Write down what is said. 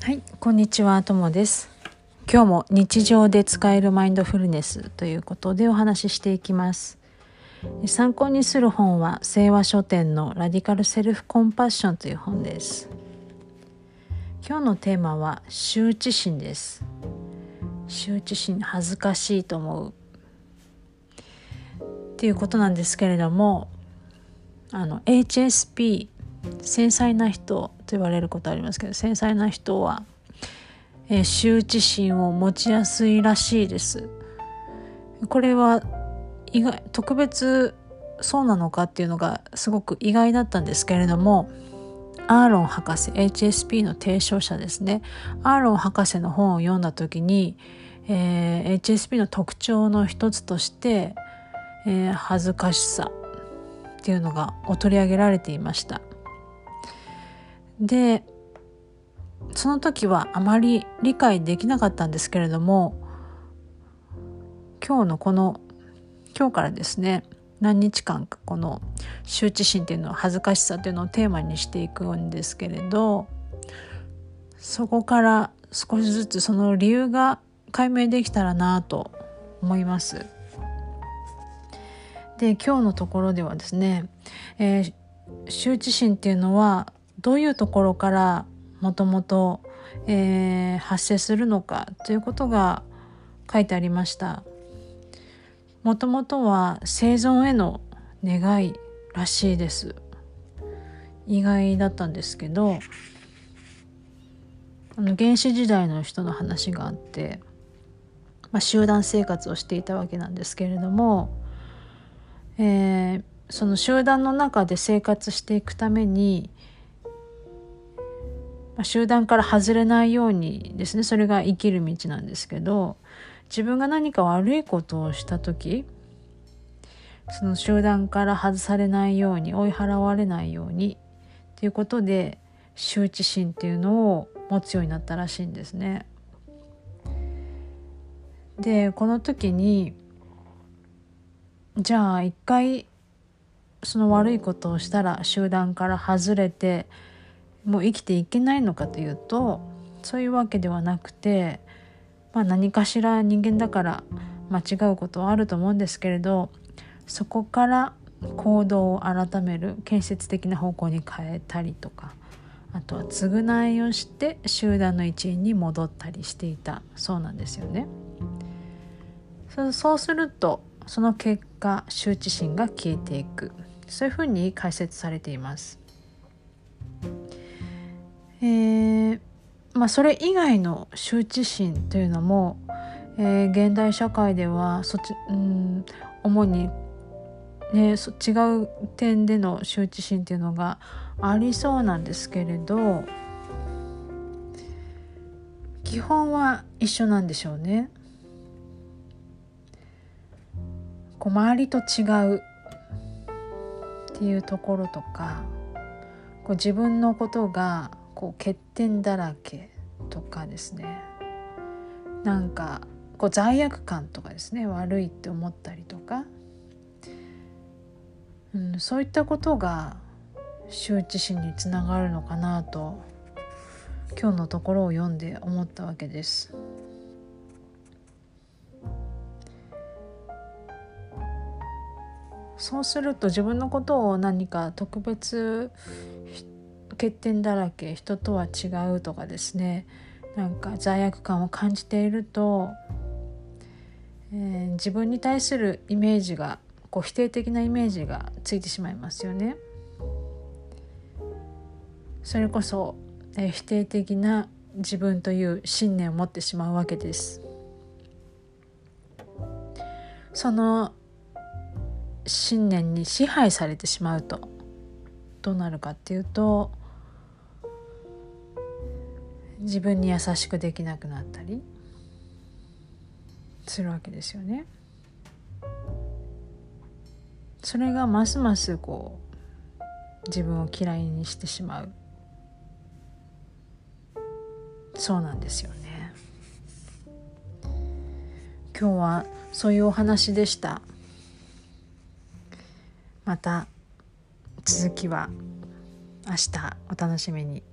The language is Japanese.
はい、こんにちは、ともです。今日も日常で使えるマインドフルネスということでお話ししていきます。参考にする本は清和書店のラディカルセルフコンパッションという本です。今日のテーマは羞恥心です。羞恥心、恥ずかしいと思うっていうことなんですけれども、HSP、繊細な人と言われることありますけど、繊細な人は、羞恥心を持ちやすいらしいです。これは特別そうなのかっていうのがすごく意外だったんですけれども、アーロン博士、 HSP の提唱者ですね。アーロン博士の本を読んだ時に、HSP の特徴の一つとして、恥ずかしさっていうのが取り上げられていました。で、その時はあまり理解できなかったんですけれども、今日からですね、何日間かこの羞恥心っていうのを、恥ずかしさっていうのをテーマにしていくんですけれど、そこから少しずつその理由が解明できたらなと思います。で、今日のところではですね、羞恥心っていうのはどういうところからもともと発生するのかということが書いてありました。もともとは生存への願いらしいです。意外だったんですけど、原始時代の人の話があって、集団生活をしていたわけなんですけれども、その集団の中で生活していくために、集団から外れないようにですね、それが生きる道なんですけど、自分が何か悪いことをした時、その集団から外されないように、追い払われないようにということで、羞恥心っていうのを持つようになったらしいんですね。で、この時に、じゃあ一回その悪いことをしたら集団から外れてもう生きていけないのかというと、そういうわけではなくて、何かしら人間だから間違うことはあると思うんですけれど、そこから行動を改める、建設的な方向に変えたりとか、あとは償いをして集団の一員に戻ったりしていたそうなんですよね。そうするとその結果、羞恥心が消えていく、そういうふうに解説されています。それ以外の羞恥心というのも、現代社会では主に、違う点での羞恥心というのがありそうなんですけれど、基本は一緒なんでしょうね。周りと違うっていうところとか、自分のことが欠点だらけとかですね、罪悪感とかですね、悪いって思ったりとか、そういったことが羞恥心につながるのかなと、今日のところを読んで思ったわけです。そうすると自分のことを何か特別欠点だらけ、人とは違うとかですね、罪悪感を感じていると、自分に対するイメージが否定的なイメージがついてしまいますよね。それこそ、否定的な自分という信念を持ってしまうわけです。その信念に支配されてしまうとどうなるかっていうと、自分に優しくできなくなったりするわけですよね。それがますます自分を嫌いにしてしまう、そうなんですよね。今日はそういうお話でした。また続きは明日お楽しみに。